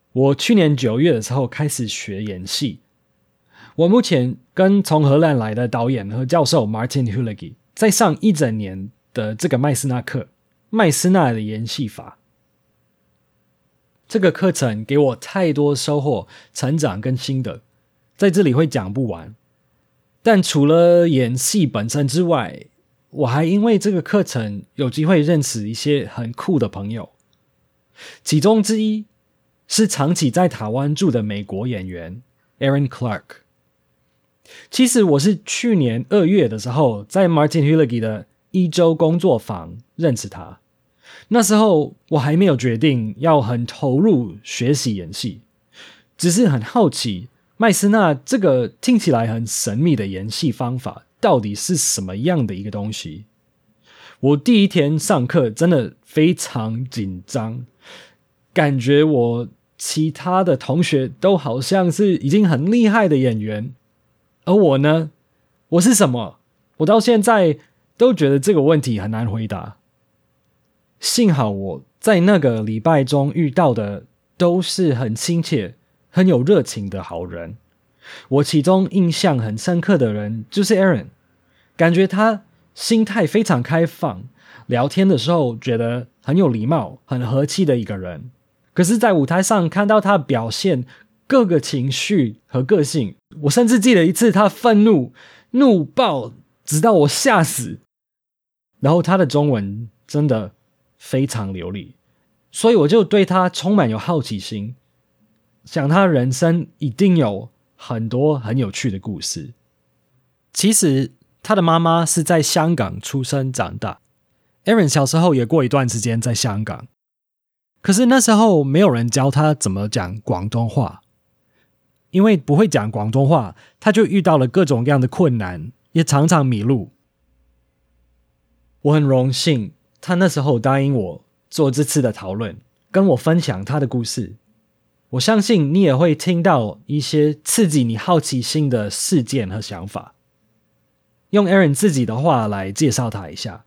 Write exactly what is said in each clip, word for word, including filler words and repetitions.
我去年九月的时候开始学演戏。我目前跟从荷兰来的导演和教授 Martin Huligy 在上一整年的这个麦斯纳课，麦斯纳的演戏法。这个课程给我太多收获、成长跟心得，在这里会讲不完。但除了演戏本身之外，我还因为这个课程有机会认识一些很酷的朋友，其中之一是长期在台湾住的美国演员 Aaron Clark。其实我是去年二月的时候在 Martin Huligy 的一周工作坊认识他，那时候我还没有决定要很投入学习演戏，只是很好奇麦斯纳这个听起来很神秘的演戏方法到底是什么样的一个东西。我第一天上课真的非常紧张，感觉我其他的同学都好像是已经很厉害的演员，而我呢，我是什么？我到现在都觉得这个问题很难回答。幸好我在那个礼拜中遇到的都是很亲切、很有热情的好人。我其中印象很深刻的人就是 Aaron， 感觉他心态非常开放，聊天的时候觉得很有礼貌、很和气的一个人。可是在舞台上看到他表现各个情绪和个性，我甚至记得一次他愤怒怒爆直到我吓死。然后他的中文真的非常流利，所以我就对他充满有好奇心，想他人生一定有很多很有趣的故事。其实他的妈妈是在香港出生长大， Aaron 小时候也过一段时间在香港，可是那时候没有人教他怎么讲广东话，因为不会讲广东话，他就遇到了各种各样的困难，也常常迷路。我很荣幸他那时候答应我做这次的讨论，跟我分享他的故事。我相信你也会听到一些刺激你好奇心的事件和想法。用 Aaron 自己的话来介绍他一下。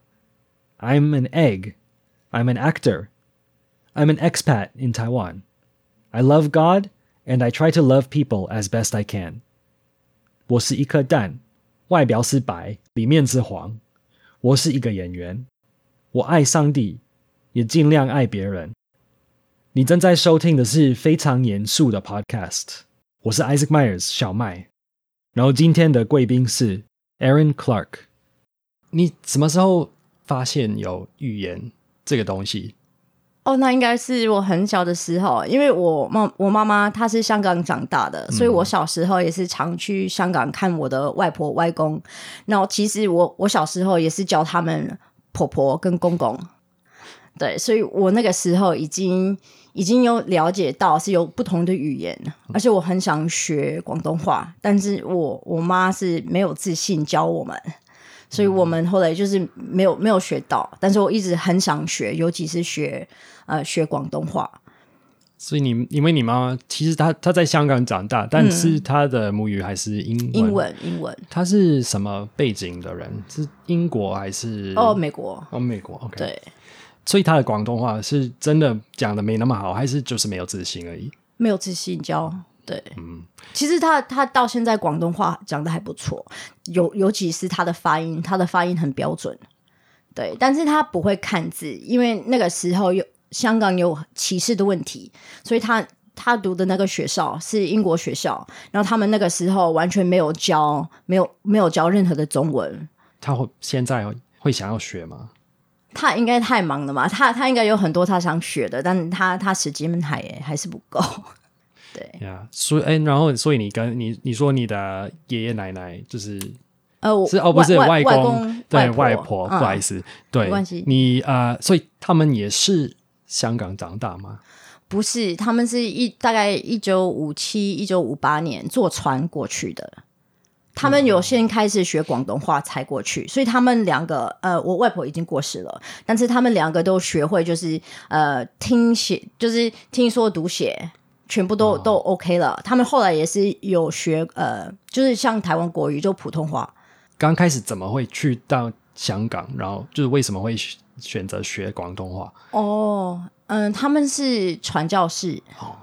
I'm an egg. I'm an actor. I'm an expat in Taiwan. I love God and I try to love people as best I can. 我是一颗蛋，外表是白，里面是黄。我是一个演员，我爱上帝，也尽量爱别人。你正在收听的是非常严肃的 podcast， 我是 Isaac Myers 小麦，然后今天的贵宾是 Aaron Clark。 你什么时候发现有语言这个东西？ 哦，那应该是我很小的时候，因为我妈我妈妈她是香港长大的，所以我小时候也是常去香港看我的外婆外公。然后其实我我小时候也是教他们婆婆跟公公，对，所以我那个时候已经已经有了解到是有不同的语言，而且我很想学广东话，但是我我妈是没有自信教我们。所以我们后来就是没有没有学到，但是我一直很想学，尤其是学呃学广东话。 所以你因为你妈妈其实她她在香港长大，但是她的母语还是英文。 英文英文。 她是什么背景的人？是英国还是？ 哦，美国。 哦，美国。OK。 对。 所以她的广东话是真的讲的没那么好，还是就是没有自信而已？ 没有自信教。对，嗯，其实他他到现在广东话讲的还不错，尤尤其是他的发音，他的发音很标准。对，但是他不会看字，因为那个时候有香港有歧视的问题，所以他他读的那个学校是英国学校，然后他们那个时候完全没有教，没有没有教任何的中文。 他会现在会想要学吗？ 他应该太忙了嘛，他他应该有很多他想学的，但他他时间还还是不够。对呀， yeah, 所以、欸、然后所以你跟你你说你的爷爷奶奶就是呃是哦不是外公， 外公对外婆，外婆、嗯、不好意思，对， 没关系。 你呃，所以他们也是香港长大吗？ 不是，他们是一大概一九五七、一九五八年坐船过去的。他们有先开始学广东话才过去，所以他们两个呃，我外婆已经过世了，但是他们两个都学会就是呃听写，就是听说读写。全部都、哦、都 OK 了。他们后来也是有学呃，就是像台湾国语就普通话。 刚开始怎么会去到香港，然后就是为什么会选择学广东话？ 哦，嗯，他们是传教士。 哦，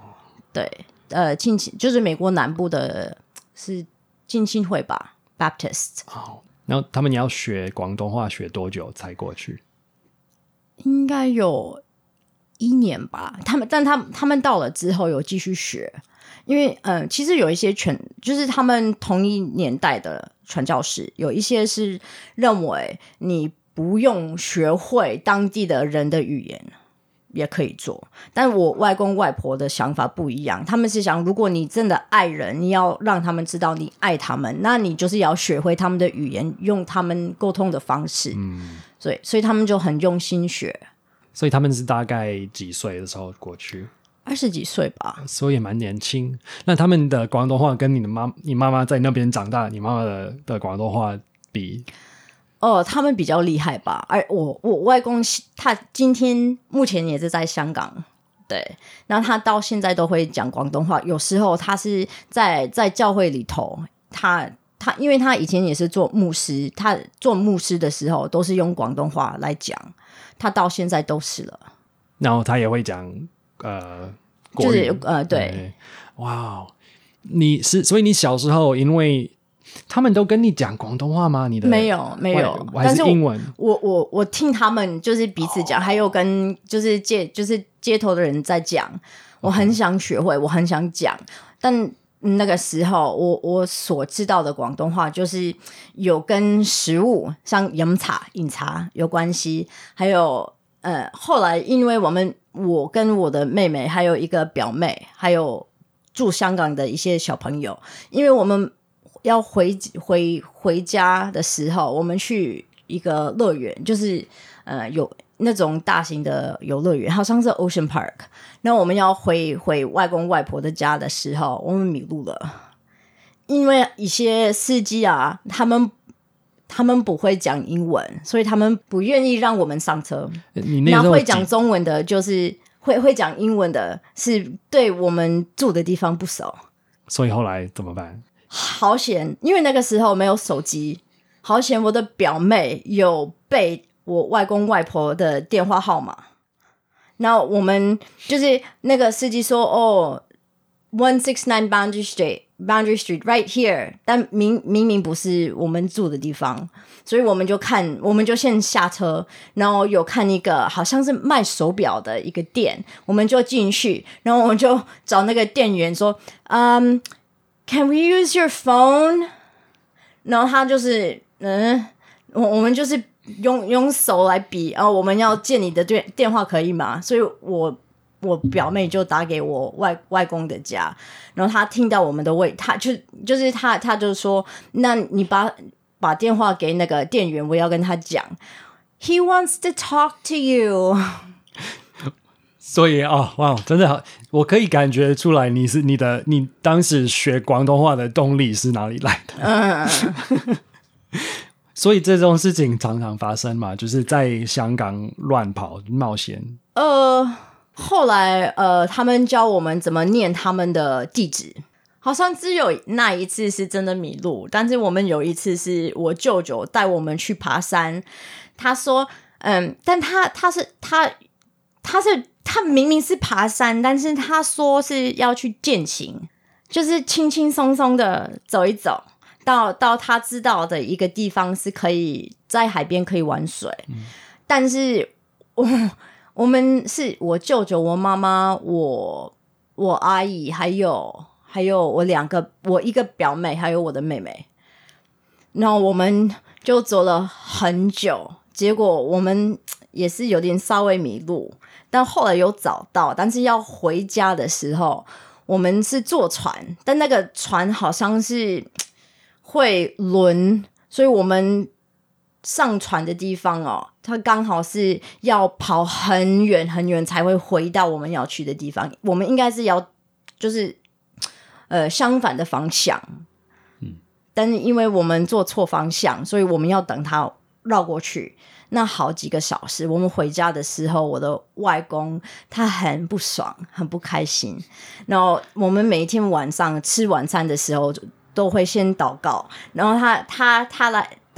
对，呃，浸信就是美国南部的是浸信会吧 ，Baptist。 哦，然后他们要学广东话学多久才过去？ 应该有一年吧。他们，但他们他们到了之后有继续学，因为呃，其实有一些全就是他们同一年代的传教士，有一些是认为你不用学会当地的人的语言也可以做，但我外公外婆的想法不一样，他们是想如果你真的爱人，你要让他们知道你爱他们，那你就是要学会他们的语言，用他们沟通的方式。嗯，所以所以他们就很用心学。 所以他们是大概几岁的时候过去？ 二十几岁吧， 所以也蛮年轻。那他们的广东话跟你的妈、你妈妈在那边长大，你妈妈的的广东话比？ 哦，他们比较厉害吧。而我我外公他今天目前也是在香港，对，然后他到现在都会讲广东话。有时候他是在在教会里头，他他因为他以前也是做牧师，他做牧师的时候都是用广东话来讲，他到现在都是了。 然后他也会讲呃国语， 就是呃对， 哇，你是所以你小时候因为。他们都跟你讲广东话吗？你的没有没有， 还是英文？ 我我我听他们就是彼此讲， oh. 还有跟就是街就是街头的人在讲，我很想学会，我很想讲，但那个时候我我所知道的广东话就是有跟食物像饮茶饮茶有关系，还有呃后来因为我们我跟我的妹妹还有一个表妹，还有住香港的一些小朋友，因为我们要回回回家的时候，我们去一个乐园，就是呃有那种大型的游乐园，好像是 Ocean Park。那我们要回回外公外婆的家的时候，我们迷路了，因为一些司机啊，他们他们不会讲英文，所以他们不愿意让我们上车。 你那时候那会讲中文的，就是会会讲英文的，是对我们住的地方不熟。 所以后来怎么办？ 好险，因为那个时候没有手机。好险，我的表妹有背我外公外婆的电话号码。然后我们就是那个司机说：“哦 ，one six nine Boundary Street, Boundary Street, right here。”但明明明不是我们住的地方，所以我们就看，我们就先下车，然后有看一个好像是卖手表的一个店，我们就进去，然后我们就找那个店员说：“嗯。” Can we use your phone？ 然后他就是嗯，我我们就是用用手来比，然后我们要借你的电电话可以吗？所以我我表妹就打给我外外公的家，然后他听到我们的位，他就就是他他就说，那你把把电话给那个店员，我要跟他讲 ，He wants to talk to you。 所以哦，哇，真的好，我可以感觉出来，你是你的，你当时学广东话的动力是哪里来的？嗯，所以这种事情常常发生嘛，就是在香港乱跑冒险。 呃，后来呃，他们教我们怎么念他们的地址，好像只有那一次是真的迷路，但是我们有一次是我舅舅带我们去爬山，他说，嗯，但他他是他他是。他明明是爬山，但是他说是要去健行，就是轻轻松松的走一走，到到他知道的一个地方是可以在海边可以玩水。嗯、但是我我们是我舅舅、我妈妈、我我阿姨，还有还有我两个，我一个表妹，还有我的妹妹。然后我们就走了很久，结果我们也是有点稍微迷路。但后来有找到，但是要回家的时候，我们是坐船，但那个船好像是会轮，所以我们上船的地方哦，它刚好是要跑很远很远才会回到我们要去的地方。我们应该是要就是呃相反的方向，嗯，但是因为我们坐错方向，所以我们要等它绕过去。那好几个小时，我们回家的时候，我的外公他很不爽，很不开心。然后我们每一天晚上吃晚餐的时候，都会先祷告，然后他他他来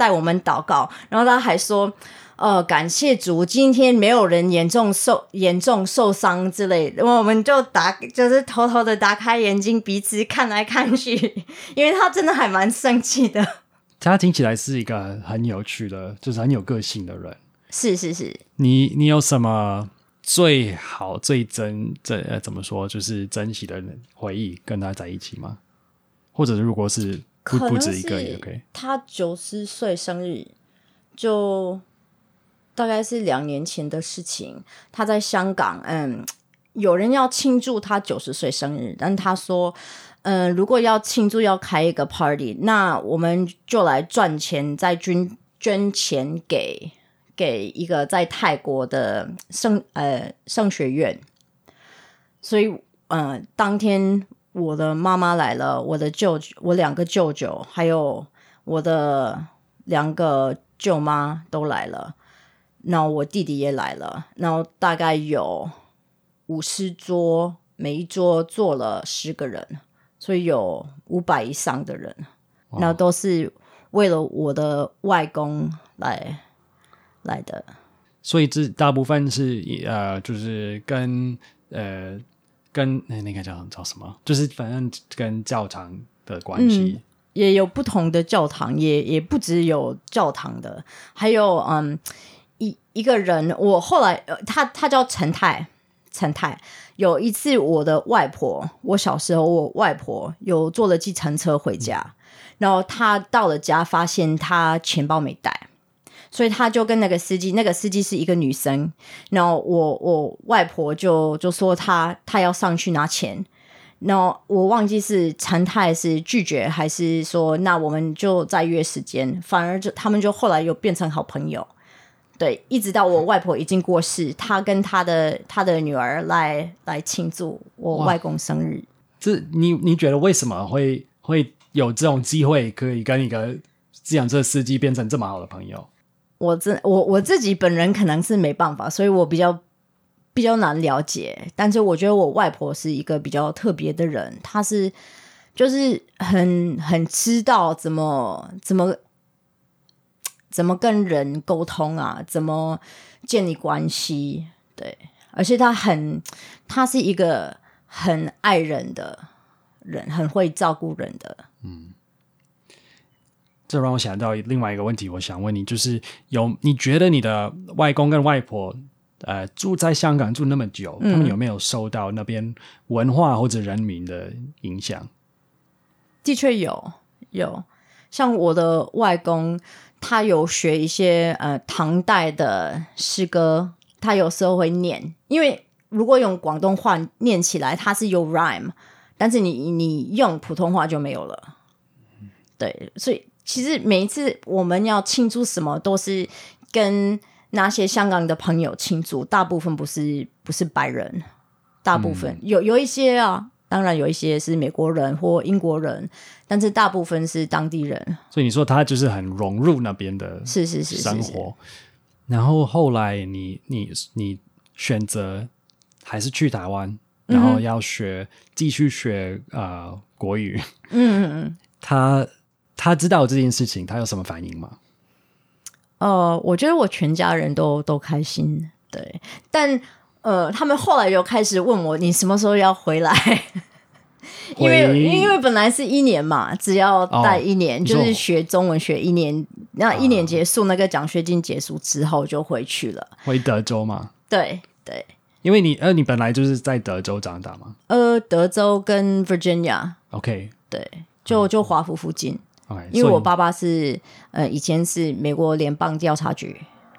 带我们祷告，然后他还说呃，感谢主，今天没有人严重受严重受伤之类的。我们就打就是偷偷的打开眼睛，彼此看来看去，因为他真的还蛮生气的。 他听起来是一个很有趣的，就是很有个性的人。 是是是， 你你有什么最好最珍这呃怎么说，就是珍惜的回忆跟他在一起吗？或者如果是不不止一个也 OK。 他九十岁生日就。大概是两年前的事情，他在香港，嗯，有人要庆祝他九十岁生日，但他说，嗯，如果要庆祝要开一个 party， 那我们就来赚钱，再捐捐钱给给一个在泰国的圣呃圣学院。所以，呃，当天我的妈妈来了，我的舅舅，我两个舅舅，还有我的两个舅妈都来了。然后我弟弟也来了，然后大概有五十桌，每一桌坐了十个人，所以有五百以上的人，然后都是为了我的外公来来的。 所以这大部分是呃，就是跟呃跟那个叫叫什么，就是反正跟教堂的关系。嗯， 也有不同的教堂，也也不只有教堂的，还有嗯。一一个人，我后来他他叫陈太，陈太。有一次，我的外婆，我小时候，我外婆有坐了计程车回家，嗯、然后他到了家，发现他钱包没带，所以他就跟那个司机，那个司机是一个女生，然后我我外婆就就说他他要上去拿钱，然后我忘记是陈太是拒绝还是说那我们就再约时间，反而就他们就后来又变成好朋友。对，一直到我外婆已经过世，她跟她的她的女儿来来庆祝我外公生日。 这你你觉得为什么会会有这种机会，可以跟一个计程车司机变成这么好的朋友？ 我自我我自己本人可能是没办法，所以我比较比较难了解。但是我觉得我外婆是一个比较特别的人，她是就是很很知道怎么怎么。怎么跟人沟通啊？怎么建立关系？对，而且他很，他是一个很爱人的人，很会照顾人的。 嗯，这让我想到另外一个问题，我想问你，就是有你觉得你的外公跟外婆，呃，住在香港住那么久，嗯、他们有没有受到那边文化或者人民的影响？ 的确有，有，像我的外公。他有学一些呃唐代的诗歌，他有时候会念，因为如果用广东话念起来，它是有 rhyme， 但是你你用普通话就没有了。对，所以其实每一次我们要庆祝什么，都是跟那些香港的朋友庆祝，大部分不是不是白人，大部分、嗯、有有一些啊。当然有一些是美国人或英国人，但是大部分是当地人。 所以你说他就是很融入那边的是是是生活。然后后来你你你选择还是去台湾，然后要学、嗯、继续学呃国语。嗯嗯嗯。他他知道这件事情，他有什么反应吗？ 呃，我觉得我全家人都都开心，对，但。呃，他们后来又开始问我，你什么时候要回来？因为因为本来是一年嘛，只要待一年，哦、就是学中文学一年，那一年结束，那个奖学金结束之后就回去了。 回德州嘛？ 对对， 因为你呃，你本来就是在德州长大嘛？ 呃，德州跟 Virginia。OK， 对，就就华府附近。 Okay, 因为我爸爸是呃以前是美国联邦调查局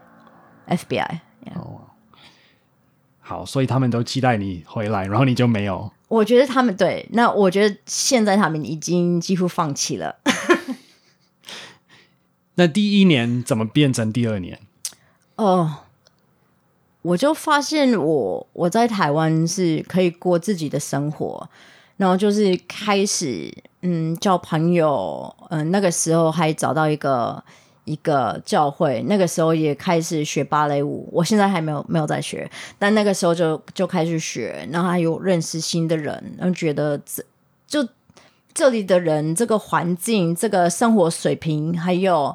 F B I。Yeah. 哦。好，所以他们都期待你回来，然后你就没有。 我觉得他们对，那我觉得现在他们已经几乎放弃了。 那第一年怎么变成第二年？ 哦、呃，我就发现我我在台湾是可以过自己的生活，然后就是开始嗯交朋友，嗯、呃、那个时候还找到一个。一个教会，那个时候也开始学芭蕾舞，我现在还没有没有在学，但那个时候就就开始学，然后还有认识新的人，然后觉得这就这里的人，这个环境，这个生活水平，还有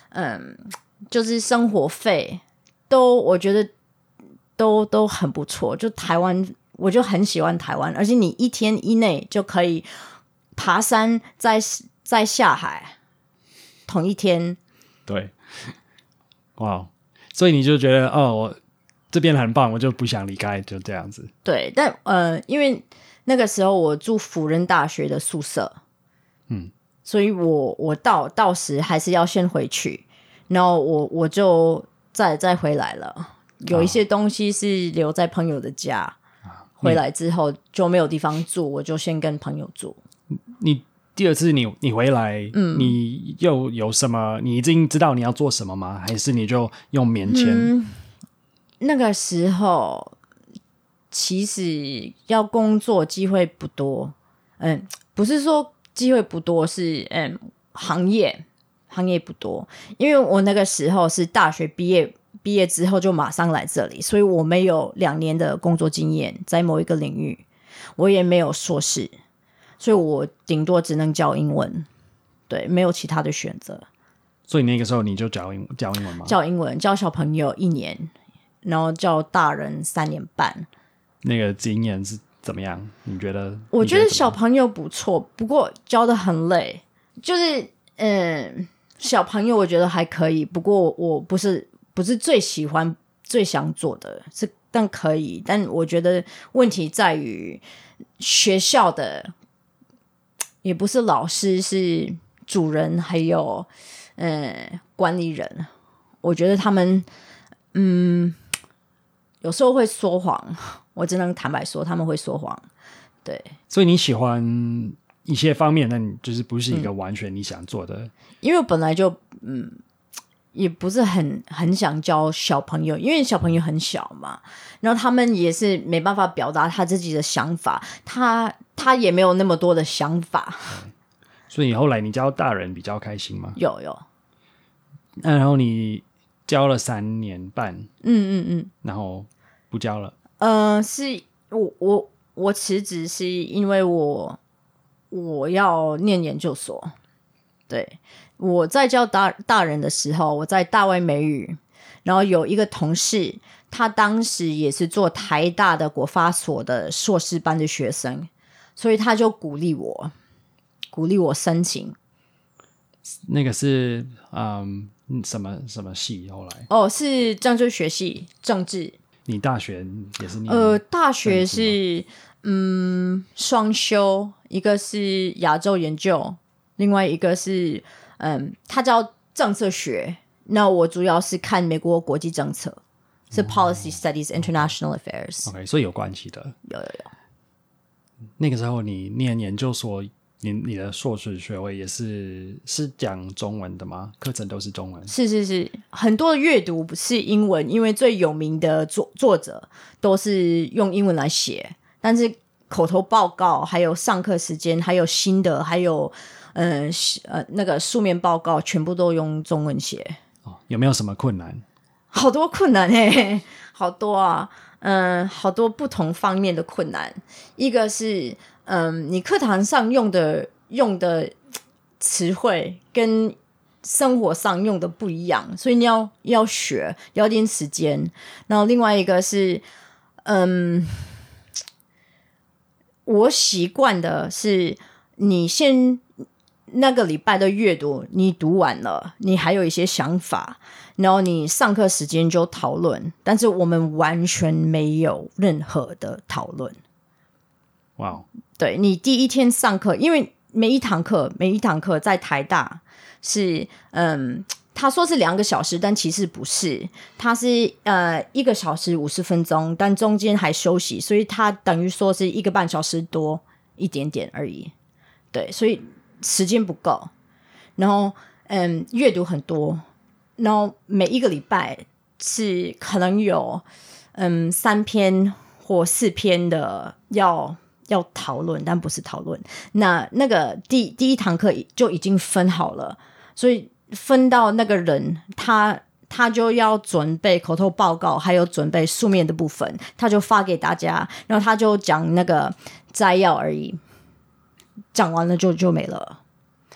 嗯，就是生活费都我觉得都都很不错。就台湾，我就很喜欢台湾，而且你一天以内就可以爬山再再下海，同一天。 对，哇，所以你就觉得哦，我这边很棒，我就不想离开，就这样子。 对，但呃，因为那个时候我住辅仁大学的宿舍， 嗯， 所以我我到到时还是要先回去，然后我我就再再回来了。有一些东西是留在朋友的家，啊、回来之后就没有地方住，我就先跟朋友住。 你第二次你你回来，嗯，你又有什么？你已经知道你要做什么吗？还是你就用免签？ 嗯，那个时候其实要工作机会不多，嗯，不是说机会不多，是嗯行业行业不多，因为我那个时候是大学毕业。毕业之后就马上来这里，所以我没有两年的工作经验在某一个领域，我也没有硕士，所以我顶多只能教英文，对，没有其他的选择。 所以那个时候你就教英教英文吗？ 教英文，教小朋友一年，然后教大人三年半。 那个经验是怎么样？你觉得？ 我觉得小朋友不错，不过教得很累，就是嗯，小朋友我觉得还可以，不过我不是。不是最喜欢最想做的是，但可以，但我觉得问题在于学校的也不是老师，是主人还有呃管理人，我觉得他们嗯有时候会说谎，我只能坦白说他们会说谎。对， 所以你喜欢一些方面，但就是不是一个完全你想做的，嗯、 因为我本来就嗯。也不是很很想教小朋友，因为小朋友很小嘛，然后他们也是没办法表达他自己的想法，他他也没有那么多的想法。 所以后来你教大人比较开心吗？ 有有。 那然后你教了三年半， 嗯嗯嗯， 然后不教了。 呃，是我我我辞职是因为我我要念研究所，对。我在教大大人的时候，我在大外美语，然后有一个同事，他当时也是做台大的国发所的硕士班的学生，所以他就鼓励我，鼓励我申请。 那个是嗯什么什么系？后来哦，是政治学系，政治。 你大学也是念？ 呃，大学是嗯双修，一个是亚洲研究，另外一个是。嗯，它叫政策学。那我主要是看美国国际政策，是 Policy Studies International Affairs。OK， 所以有关系的。 有有有。 那个时候你念研究所，你你的硕士学位也是是讲中文的吗？课程都是中文？ 是是是，很多的阅读不是英文，因为最有名的作作者都是用英文来写，但是口头报告，还有上课时间，还有新的，还有。嗯呃，那个书面报告全部都用中文写。 哦，有没有什么困难？ 好多困难欸，好多啊，嗯，好多不同方面的困难。一个是，嗯，你课堂上用的用的词汇跟生活上用的不一样，所以你要要学，要点时间。然后另外一个是，嗯，我习惯的是你先。那个礼拜的阅读你读完了，你还有一些想法，然后你上课时间就讨论，但是我们完全没有任何的讨论。 哇、wow. 对，你第一天上课，因为每一堂课每一堂课在台大是嗯，他说是两个小时，但其实不是，他是呃一个小时五十分钟，但中间还休息，所以他等于说是一个半小时多一点点而已。对，所以时间不够，然后嗯，阅读很多，然后每一个礼拜是可能有嗯三篇或四篇的要要讨论，但不是讨论。那那个第第一堂课就已经分好了，所以分到那个人他他就要准备口头报告，还有准备书面的部分，他就发给大家，然后他就讲那个摘要而已。讲完了就就没了，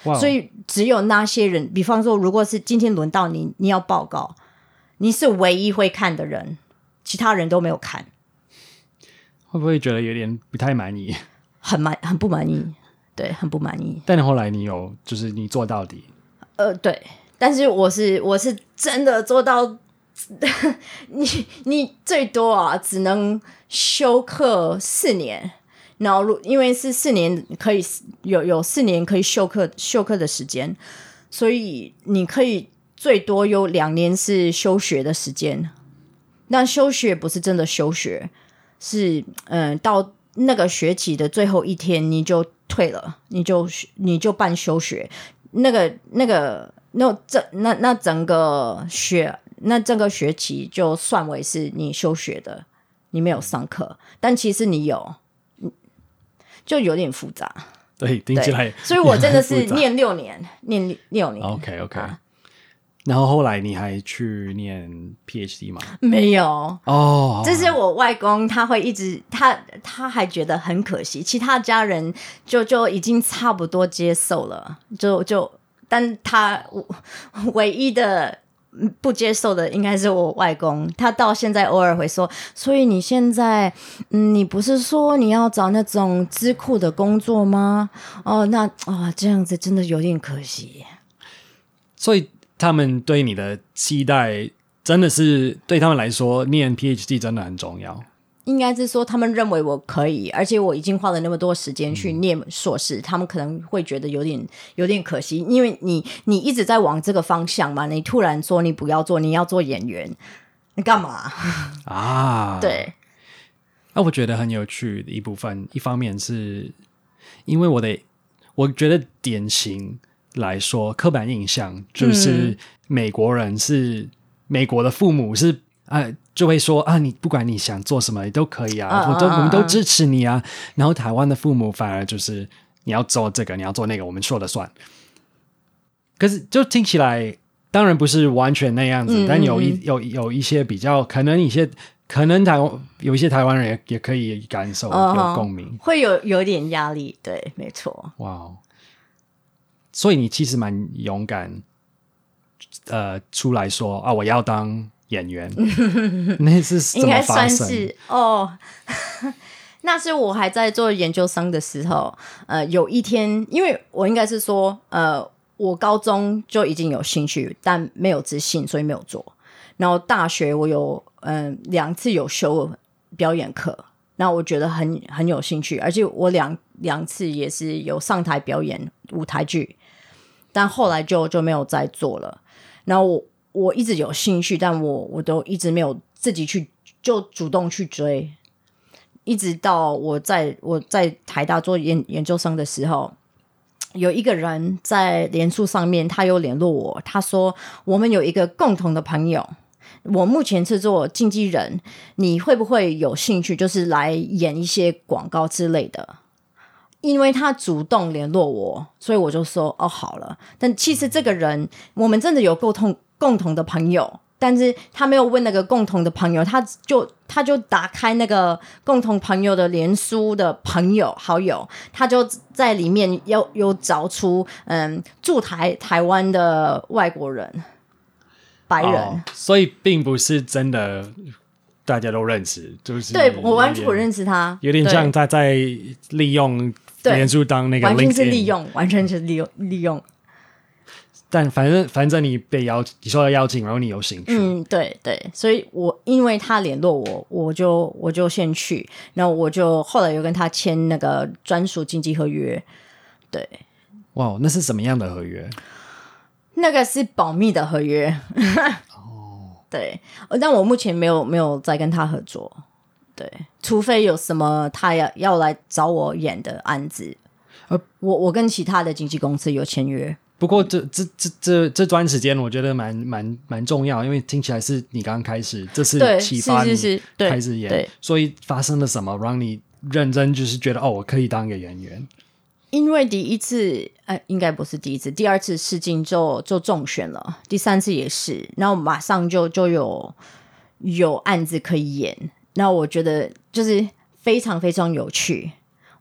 wow. 所以只有那些人，比方说如果是今天轮到你，你要报告，你是唯一会看的人，其他人都没有看。 会不会觉得有点不太满意？ 很满很不满意，对，很不满意。 但后来你有就是你做到底？ 呃，对，但是我是我是真的做到你你最多啊只能休课四年，然后因为是四年可以有有四年可以休课休课的时间，所以你可以最多有两年是休学的时间。但休学不是真的休学，是嗯到那个学期的最后一天你就退了，你就你就办休学，那个那个那这那那整个学那整个学期就算为是你休学的，你没有上课，但其实你有，就有点复杂。 对，听起来， 所以我真的是念六年，念六年。 OK OK、啊。然后后来你还去念 PhD 吗？ 没有哦， 这是我外公，他会一直他他还觉得很可惜，其他家人就就已经差不多接受了，就就但他唯一的不接受的应该是我外公，他到现在偶尔会说，所以你现在嗯，你不是说你要找那种资库的工作吗？哦，那啊、哦、这样子真的有点可惜。 所以他们对你的期待真的是对他们来说念 PhD 真的很重要， 应该是说他们认为我可以，而且我已经花了那么多时间去念硕士、嗯、他们可能会觉得有点有点可惜，因为你你一直在往这个方向嘛，你突然说你不要做，你要做演员，你干嘛啊？ 对， 那我觉得很有趣的一部分，一方面是因为我的我觉得典型来说刻板印象就是美国人是、嗯、美国的父母是啊，就会说啊，你不管你想做什么，你都可以啊，啊我都我们都支持你啊。然后台湾的父母反而就是你要做这个，你要做那个，我们说了算。可是就听起来，当然不是完全那样子，嗯、但有一有有一些比较，可能一些可能台有一些台湾人 也, 也可以感受、哦、有共鸣， 会有有点压力，对，没错。 哇，所以你其实蛮勇敢，呃，出来说啊，我要当演员，那是怎么发生？应该算是哦。那是我还在做研究生的时候，呃，有一天，因为我应该是说，呃，我高中就已经有兴趣，但没有自信，所以没有做。然后大学我有嗯、呃、两次有修表演课，然后我觉得很很有兴趣，而且我两两次也是有上台表演舞台剧，但后来就就没有再做了。然后我我一直有兴趣，但我我都一直没有自己去就主动去追，一直到我在我在台大做研研究生的时候，有一个人在脸书上面，他有联络我，他说我们有一个共同的朋友，我目前是做经纪人，你会不会有兴趣就是来演一些广告之类的？因为他主动联络我，所以我就说哦好了。但其实这个人我们真的有共同共同的朋友，但是他没有问那个共同的朋友，他就他就打开那个共同朋友的脸书的朋友好友，他就在里面有有找出嗯驻台台湾的外国人白人、哦， 所以并不是真的大家都认识，就是对我完全不认识他， 有点像他在利用脸书当那个 LinkedIn， 完全是利用，完全是利用利用。 但反正反正你被邀，你受到邀请，然后你有兴趣， 嗯，对对，所以我因为他联络我，我就我就先去，然后我就后来有跟他签那个专属经纪合约。对， 哇，那是什么样的合约？ 那个是保密的合约。 哦， 对，但我目前没有没有再跟他合作。对，除非有什么他要要来找我演的案子，呃，我我跟其他的经纪公司有签约。 不过这这这这这段时间我觉得蛮蛮蛮重要，因为听起来是你刚刚开始，这是启发你开始演， 对是是是， 所以发生了什么让你认真就是觉得哦，我可以当一个演员？ 因为第一次，呃，应该不是第一次，第二次试镜就就中选了，第三次也是，然后马上就就有有案子可以演，那我觉得就是非常非常有趣。我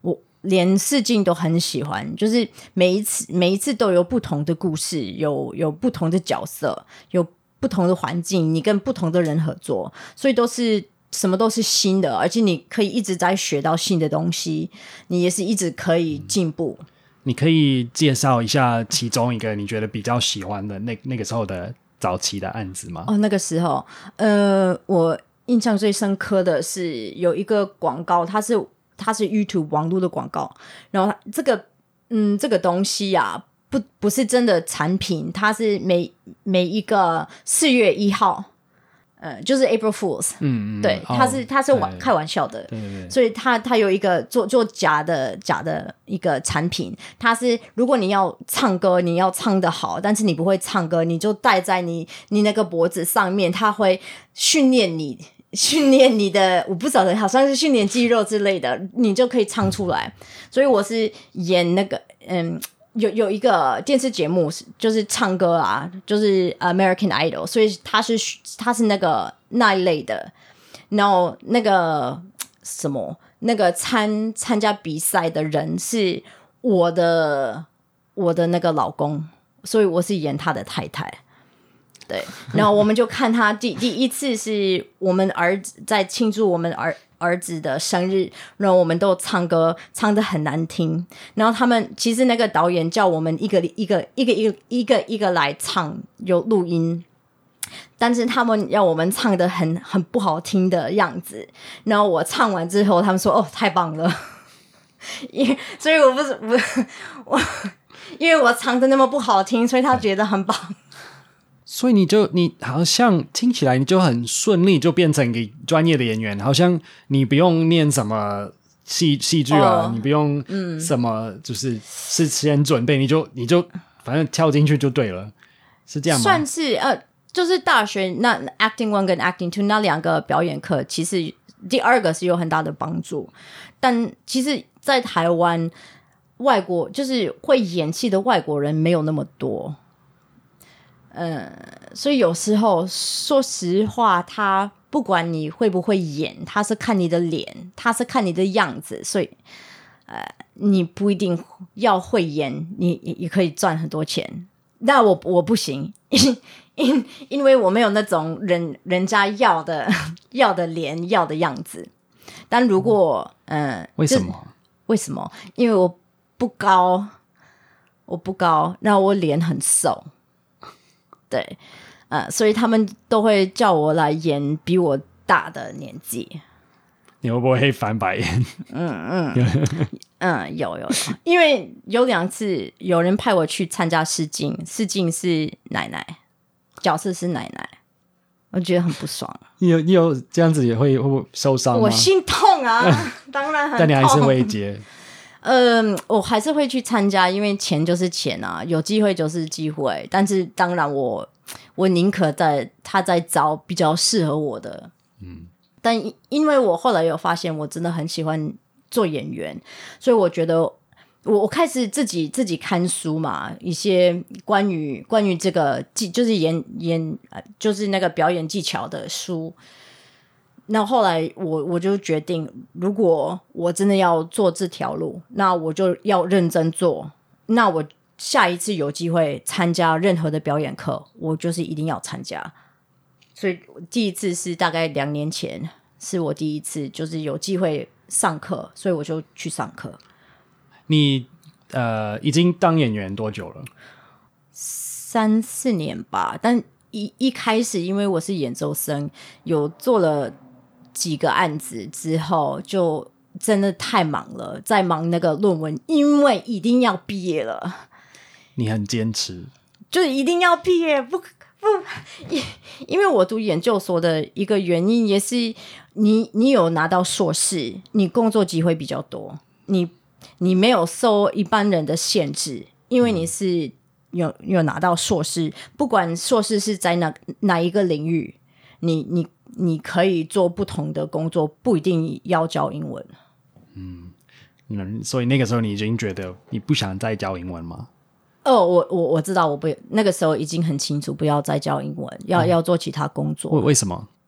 连试镜都很喜欢，就是每一次每一次都有不同的故事，有有不同的角色，有不同的环境，你跟不同的人合作，所以都是什么都是新的，而且你可以一直在学到新的东西，你也是一直可以进步。 你可以介绍一下其中一个你觉得比较喜欢的那那个时候的早期的案子吗？ 哦，那个时候，呃，我印象最深刻的是有一个广告，它是它是 YouTube 网络的广告，然后这个嗯这个东西啊，不不是真的产品，它是每每一个四月一号。呃，就是 April Fools， 嗯嗯， 对， 哦、 他是他是玩开玩笑的， 对对对， 所以他他有一个做做假的假的一个产品，他是如果你要唱歌，你要唱得好，但是你不会唱歌，你就戴在你你那个脖子上面，他会训练你训练你的，我不晓得好像是训练肌肉之类的，你就可以唱出来。所以我是演那个嗯。有有一个电视节目就是唱歌啊，就是 American Idol， 所以他是他是那个那一类的，然后那个什么那个参参加比赛的人是我的我的那个老公，所以我是演他的太太。对，然后我们就看他第第一次是我们儿子在庆祝我们儿儿子的生日，然后我们都唱歌唱得很难听，然后他们其实那个导演叫我们一个一个一个一个一个一个来唱，有录音，但是他们要我们唱得很很不好听的样子，然后我唱完之后他们说哦太棒了因所以我不是不我因为我唱得那么不好听，所以他觉得很棒。 所以你就你好像听起来你就很顺利就变成一个专业的演员，好像你不用念什么戏戏剧啊、哦、你不用什么就是事先准备、嗯、你就你就反正跳进去就对了，是这样吗？ 算是呃，就是大学那 Acting One 跟 Acting Two 那两个表演课，其实第二个是有很大的帮助，但其实在台湾外国就是会演戏的外国人没有那么多。嗯，所以有时候说实话，他不管你会不会演，他是看你的脸，他是看你的样子，所以呃，你不一定要会演，你也可以赚很多钱。但我我不行，因因因为我没有那种人人家要的要的脸要的样子。但如果嗯、呃， 为什么？ 为什么？因为我不高，我不高，然后我脸很瘦。对，呃，所以他们都会叫我来演比我大的年纪。 你会不会翻白眼？ 嗯嗯嗯，有有有，因为有两次有人派我去参加试镜，试镜是奶奶，角色是奶奶，我觉得很不爽。 你有你有这样子也会会受伤吗？ 我心痛啊，当然很痛。 但你还是会接。 嗯，我还是会去参加，因为钱就是钱啊，有机会就是机会。但是当然我，我我宁可在他在找比较适合我的。嗯，但因为我后来有发现，我真的很喜欢做演员，所以我觉得我我开始自己自己看书嘛，一些关于关于这个技就是演演就是那个表演技巧的书。那后来我我就决定，如果我真的要做这条路，那我就要认真做。那我下一次有机会参加任何的表演课，我就是一定要参加。所以第一次是大概两年前，是我第一次就是有机会上课，所以我就去上课。 你呃已经当演员多久了？ 三四年吧，但一一开始因为我是演奏生，有做了几个案子之后就真的太忙了，在忙那个论文，因为一定要毕业了。 你很坚持， 就是一定要毕业，不不，因为我读研究所的一个原因也是你你有拿到硕士，你工作机会比较多，你你没有受一般人的限制，因为你是有有拿到硕士，不管硕士是在哪哪一个领域，你你你可以做不同的工作，不一定要教英文。 嗯，所以那个时候你已经觉得你不想再教英文吗？ 哦，我我我知道，我不那个时候已经很清楚，不要再教英文，要、嗯、要做其他工作。 为为什么？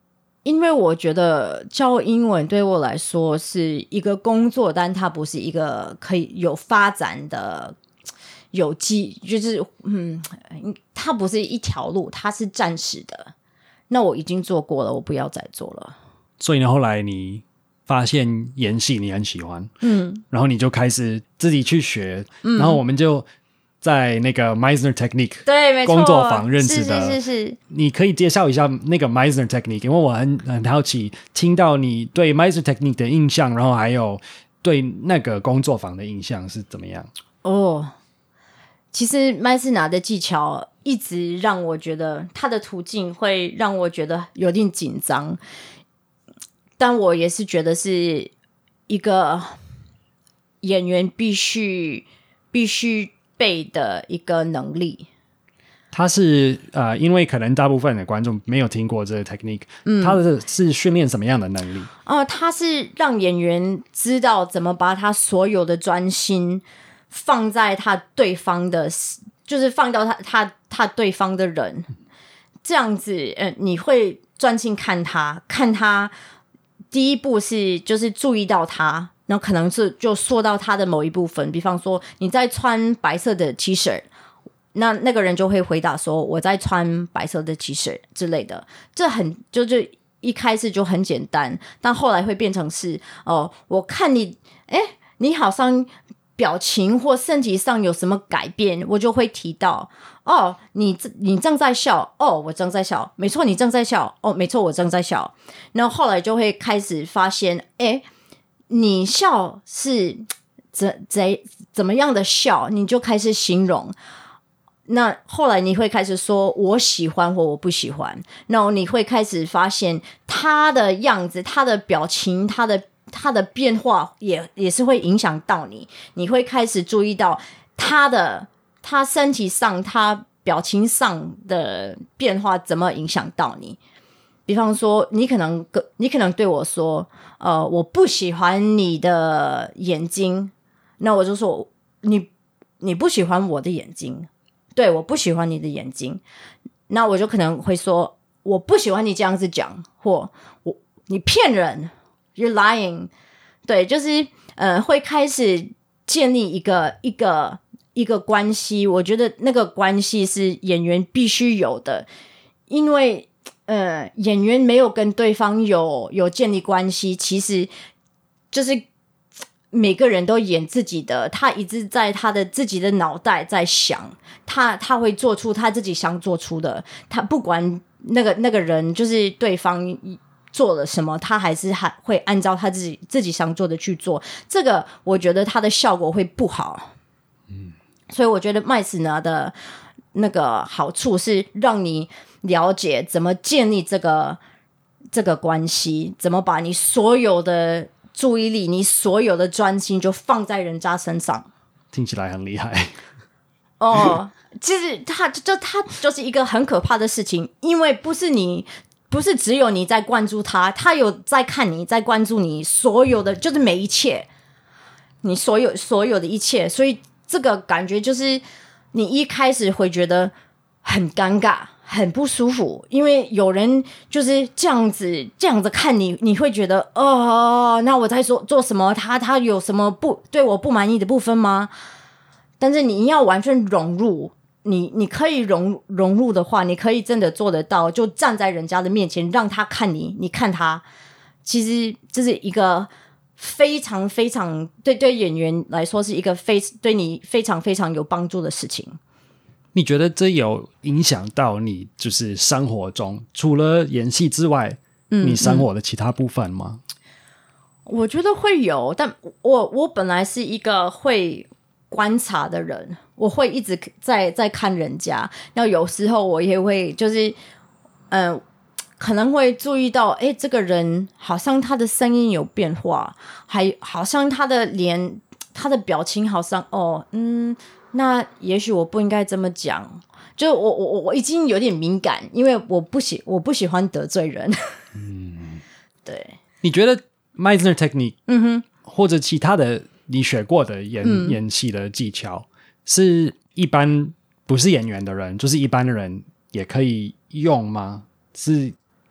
因为我觉得教英文对我来说是一个工作，但它不是一个可以有发展的有机，就是嗯，它不是一条路，它是暂时的。那我已经做过了，我不要再做了。 所以呢，后来你发现演戏你很喜欢， 嗯， 然后你就开始自己去学，嗯、然后我们就在那个 Meisner Technique 对，没错， 工作坊认识的。 是是是是。 你可以介绍一下那个 Meisner Technique， 因为我很很好奇，听到你对 Meisner Technique 的印象，然后还有对那个工作坊的印象是怎么样？ 哦，其实麦斯拿的技巧一直让我觉得他的途径会让我觉得有点紧张，但我也是觉得是一个演员必须必须背的一个能力。 他是呃，因为可能大部分的观众没有听过这个 technique，嗯，他的是训练什么样的能力？ 哦、呃，他是让演员知道怎么把他所有的专心放在他对方的，就是放到他他他对方的人，这样子，呃，你会专心看他，看他。第一步是就是注意到他，然后可能是就说到他的某一部分，比方说你在穿白色的 T 恤。那那个人就会回答说我在穿白色的 T 恤之类的，这很就就一开始就很简单，但后来会变成是哦，我看你哎，你好像表情或身体上有什么改变，我就会提到哦，你你正在笑，哦，我正在笑，没错，你正在笑，哦，没错，我正在笑。然后后来就会开始发现，哎，你笑是怎怎怎么样的笑，你就开始形容。那后来你会开始说我喜欢或我不喜欢，然后你会开始发现他的样子，他的表情，他的他的变化也也是会影响到你，你会开始注意到他的他身体上他表情上的变化怎么影响到你。比方说你可能你可能对我说呃，我不喜欢你的眼睛，那我就说你你不喜欢我的眼睛，对，我不喜欢你的眼睛，那我就可能会说我不喜欢你这样子讲，或我你骗人 you're lying， 对，就是呃会开始建立一个一个一个关系，我觉得那个关系是演员必须有的，因为呃演员没有跟对方有有建立关系，其实就是每个人都演自己的，他一直在他的自己的脑袋在想，他他会做出他自己想做出的，他不管那个那个人就是对方做了什么，他还是还会按照他自己自己想做的去做，这个我觉得他的效果会不好。嗯，所以我觉得麦斯拿的那个好处是让你了解怎么建立这个这个关系，怎么把你所有的注意力，你所有的专心就放在人家身上， 听起来很厉害。 哦，其实它就它就是一个很可怕的事情，因为不是你，不是只有你在关注他，他有在看你，在关注你所有的，就是每一切，你所有所有的一切，所以这个感觉就是你一开始会觉得很尴尬。很不舒服，因为有人就是这样子这样子看你，你会觉得哦，那我在做做什么？他他有什么不对我不满意的部分吗？但是你要完全融入，你你可以融融入的话，你可以真的做得到，就站在人家的面前，让他看你，你看他。其实这是一个非常非常对对演员来说是一个非对你非常非常有帮助的事情。 你觉得这有影响到你就是生活中除了演戏之外、嗯、你生活的其他部分吗？ 我觉得会有，但我我本来是一个会观察的人，我会一直在在看人家，那有时候我也会就是嗯、呃，可能会注意到诶这个人好像他的声音有变化，还好像他的脸他的表情好像哦嗯那也许我不应该这么讲，就我我我已经有点敏感，因为我不喜我不喜欢得罪人。嗯，对。 你觉得 Meisner Technique， 嗯哼， 或者其他的你学过的演、嗯、演戏的技巧，是一般不是演员的人，就是一般的人也可以用吗？是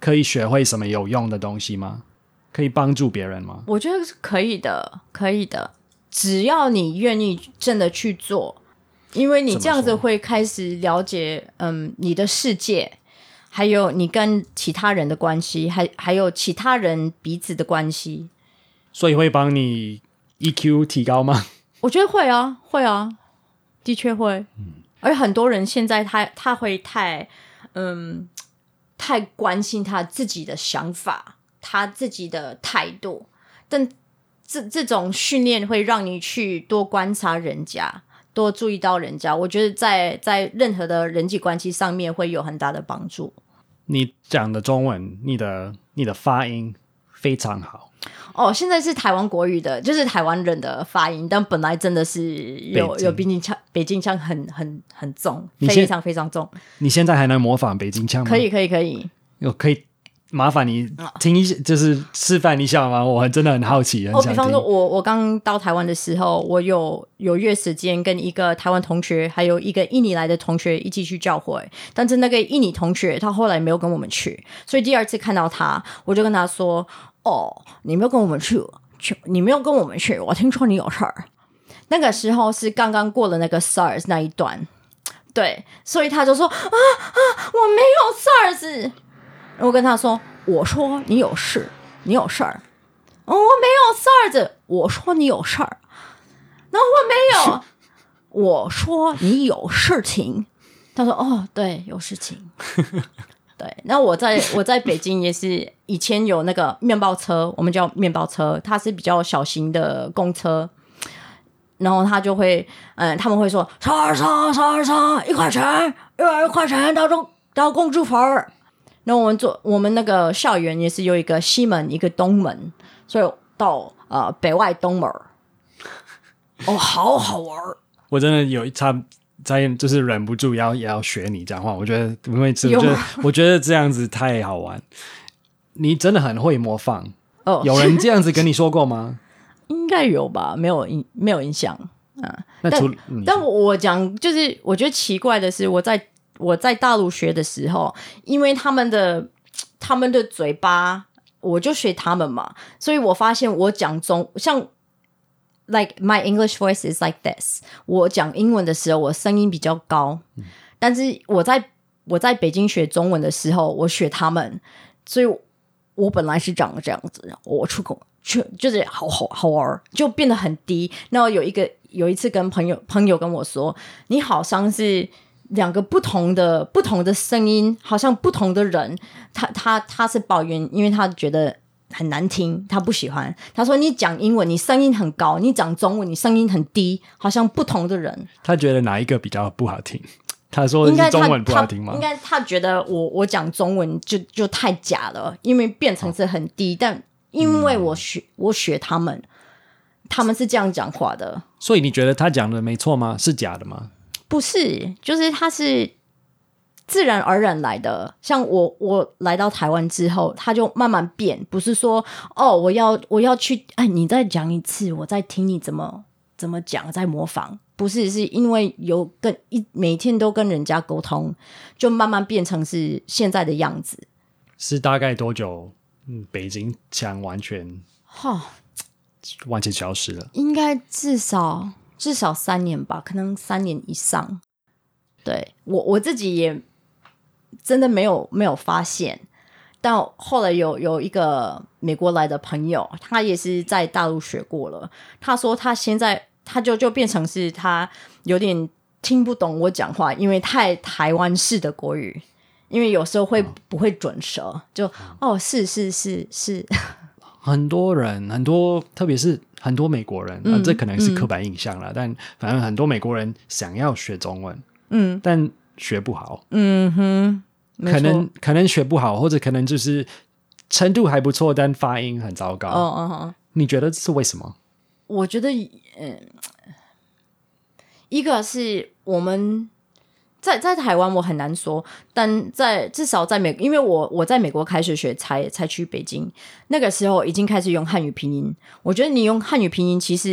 可以学会什么有用的东西吗？可以帮助别人吗？ 我觉得是可以的，可以的，只要你愿意真的去做，因为你这样子会开始了解，嗯，你的世界，还有你跟其他人的关系，还还有其他人彼此的关系， 所以会帮你 E Q 提高吗？ 我觉得会啊，会啊，的确会。嗯，而很多人现在他他会太嗯太关心他自己的想法，他自己的态度，但这这种训练会让你去多观察人家，多注意到人家。我觉得在在任何的人际关系上面会有很大的帮助。 你讲的中文，你的你的发音非常好。 哦，现在是台湾国语的，就是台湾人的发音，但本来真的是有有北京腔，北京腔很很很重，非常非常重。 你现在还能模仿北京腔吗？ 可以，可以，可以。 有可以麻烦你听一，就是示范一下吗？我真的很好奇，很想听。 哦，比方说我我刚到台湾的时候，我有有约时间跟一个台湾同学，还有一个印尼来的同学一起去教会，但是那个印尼同学他后来没有跟我们去，所以第二次看到他，我就跟他说。哦，你没有跟我们去，去你没有跟我们去，我听说你有事儿。那个时候是刚刚过了那个 SARS 那一段，对，所以他就说啊啊，我没有 SARS。我跟他说，我说你有事，你有事儿。哦，我没有 SARS，我说你有事儿。然后我没有，我说你有事情。他说哦，对，有事情。对，那我在我在北京也是，以前有那个面包车，我们叫面包车，它是比较小型的公车，然后他就会，嗯，他们会说，啥儿啥啥儿啥，一块钱，一块钱到中到公主坟儿。然后我们做我们那个校园也是有一个西门，一个东门，所以到呃北外东门，哦，好好玩。 我真的有一差。在就是忍不住要也要学你讲话，我觉得因为我觉得我觉得这样子太好玩。你真的很会模仿哦，有人这样子跟你说过吗？ 应该有吧，没有没有印象啊。 那除但、嗯、但我讲就是，我觉得奇怪的是，我在我在大陆学的时候，因为他们的他们的嘴巴，我就学他们嘛，所以我发现我讲中像。Like my English voice is like this. 我讲英文的时候，我声音比较高，嗯、但是我在我在北京学中文的时候，我学他们，所以我本来是长这样子，我出口去就是好好好玩，就变得很低。然后有一个有一次跟朋友朋友跟我说，你好像是两个不同的不同的声音，好像不同的人。他他他是抱怨，因为他觉得。很难听，他不喜欢。他说：“你讲英文，你声音很高；你讲中文，你声音很低，好像不同的人。” 他觉得哪一个比较不好听？他说是中文不好听吗？ 应该他觉得我我讲中文就就太假了，因为变成是很低。哦、但因为我学、嗯、我学他们，他们是这样讲话的。 所以你觉得他讲的没错吗？是假的吗？ 不是，就是他是。自然而然来的，像我我来到台湾之后，他就慢慢变，不是说哦，我要我要去，哎，你再讲一次，我再听你怎么怎么讲，再模仿，不是，是因为有跟一每天都跟人家沟通，就慢慢变成是现在的样子。 是大概多久？嗯，北京腔完全哈、哦、完全消失了， 应该至少至少三年吧，可能三年以上。对我我自己也。真的没有没有发现，但后来有有一个美国来的朋友，他也是在大陆学过了。他说他现在他就就变成是他有点听不懂我讲话，因为太台湾式的国语，因为有时候会不会准舌，就哦是是是是。 很多人很多，特别是很多美国人，嗯啊、这可能是刻板印象啦、嗯，但反正很多美国人想要学中文，嗯，但学不好，嗯哼。可能可能学不好，或者可能就是程度还不错，但发音很糟糕。哦哦哦，你觉得是为什么？ 我觉得，嗯，一个是我们在在台湾，我很难说，但在至少在美，因为我我在美国开始学才才去北京，那个时候已经开始用汉语拼音。我觉得你用汉语拼音，其实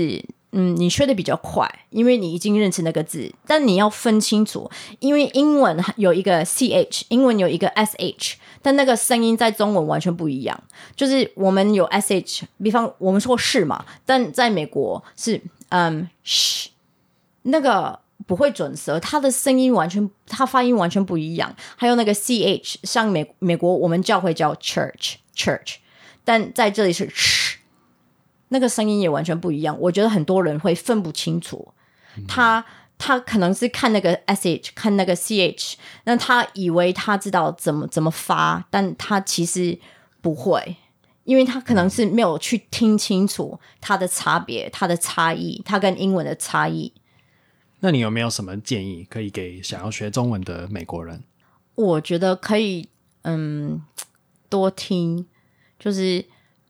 嗯，你学的比较快，因为你已经认识那个字，但你要分清楚，因为英文有一个 C H， 英文有一个 S H， 但那个声音在中文完全不一样。就是我们有 S H， 比方我们说是嘛，但在美国是嗯 sh， 那个不会准舌，它的声音完全，它发音完全不一样。还有那个 C H， 像美美国我们教会叫 church church， 但在这里是 sh。那个声音也完全不一样，我觉得很多人会分不清楚。他他可能是看那个 S H， 看那个 C H， 那他以为他知道怎么怎么发，但他其实不会，因为他可能是没有去听清楚它的差别、它的差异，它跟英文的差异。 那你有没有什么建议可以给想要学中文的美国人？ 我觉得可以，嗯，多听，就是。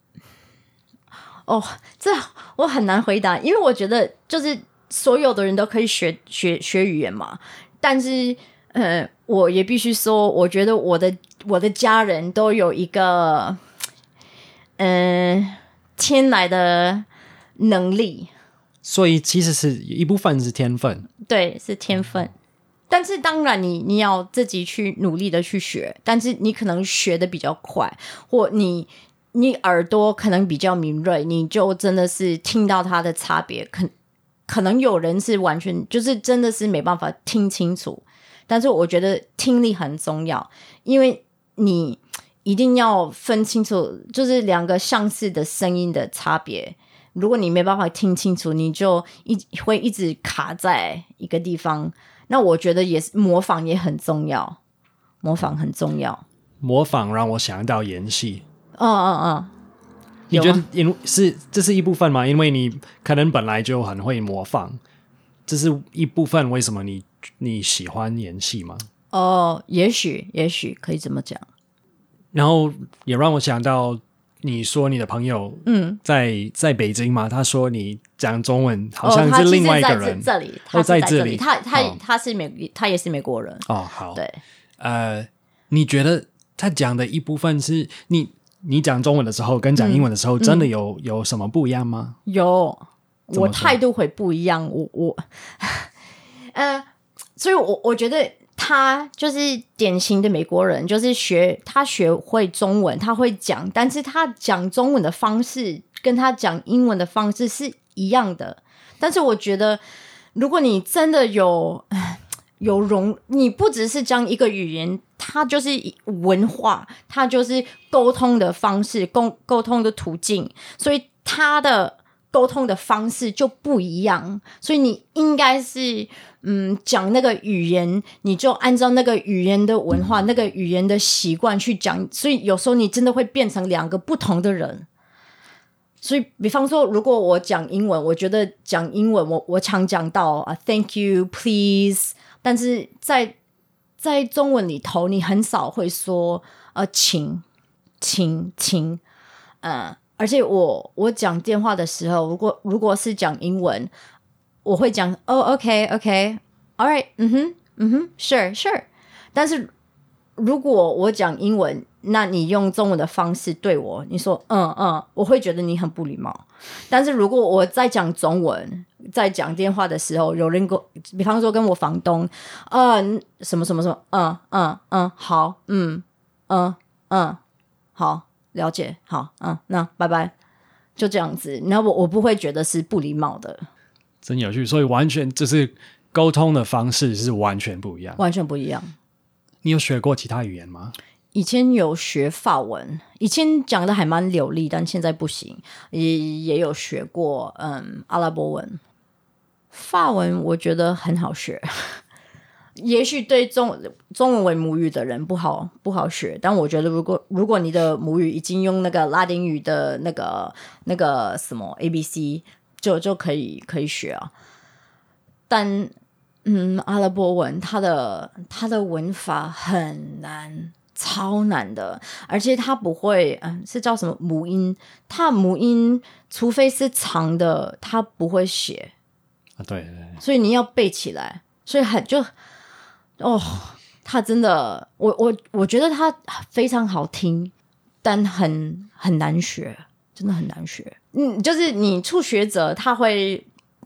哦，这我很难回答，因为我觉得就是所有的人都可以学学学语言嘛，但是呃，我也必须说，我觉得我的我的家人都有一个嗯、呃、天来的能力， 所以其实是一部分是天分， 对，是天分。嗯，但是当然你你要自己去努力的去学，但是你可能学的比较快，或你。你耳朵可能比较敏锐，你就真的是听到它的差别。可可能有人是完全就是真的是没办法听清楚，但是我觉得听力很重要，因为你一定要分清楚，就是两个相似的声音的差别。如果你没办法听清楚，你就一会一直卡在一个地方。那我觉得也是模仿也很重要，模仿很重要。 模仿让我想到演戏。 嗯嗯嗯， 你觉得因是这是一部分吗？因为你可能本来就很会模仿，这是一部分。为什么你你喜欢演戏吗？ 哦，也许也许可以这么讲。 然后也让我想到，你说你的朋友嗯在在北京嘛，他说你讲中文好像是另外一个人。 哦，他在这里，他在这里， 他他他是美，他也是美国人。 哦，好， 对， 呃，你觉得他讲的一部分是你？你讲中文的时候跟讲英文的时候，嗯、真的有有什么不一样吗？ 有，我态度会不一样。我我，呃，所以我我觉得他就是典型的美国人，就是学他学会中文，他会讲，但是他讲中文的方式跟他讲英文的方式是一样的。但是我觉得，如果你真的有有融，你不只是讲一个语言。它就是文化，它就是沟通的方式，沟沟通的途径，所以它的沟通的方式就不一样。所以你应该是嗯讲那个语言，你就按照那个语言的文化、那个语言的习惯去讲。所以有时候你真的会变成两个不同的人。所以，比方说，如果我讲英文，我觉得讲英文，我我常讲到啊 ，Thank you, please， 但是在在中文里头，你很少会说呃，请，请，请，呃，而且我我讲电话的时候，如果如果是讲英文，我会讲哦 ，OK，OK，All right， 嗯哼，嗯哼 ，Sure，Sure sure。但是如果我讲英文，那你用中文的方式对我，你说嗯嗯，我会觉得你很不礼貌。但是如果我在讲中文，在讲电话的时候，有人跟，比方说跟我房东，呃，什么什么什么，嗯嗯嗯，好，嗯嗯嗯，好，了解，好，嗯，那拜拜，就这样子。那我我不会觉得是不礼貌的， 真有趣。所以完全就是沟通的方式是完全不一样， 完全不一样。 你有学过其他语言吗？ 以前有学法文，以前讲的还蛮流利，但现在不行。也也有学过嗯阿拉伯文，法文我觉得很好学，也许对中中文为母语的人不好不好学，但我觉得如果如果你的母语已经用那个拉丁语的那个那个什么 A B C， 就就可以可以学啊。但嗯，阿拉伯文它的它的文法很难。超难的，而且它不会，嗯，是叫什么母音？它母音除非是长的，它不会写啊。对对， 所以你要背起来，所以很就哦，它真的，我我我觉得它非常好听，但很很难学，真的很难学。嗯，就是你初学者，他会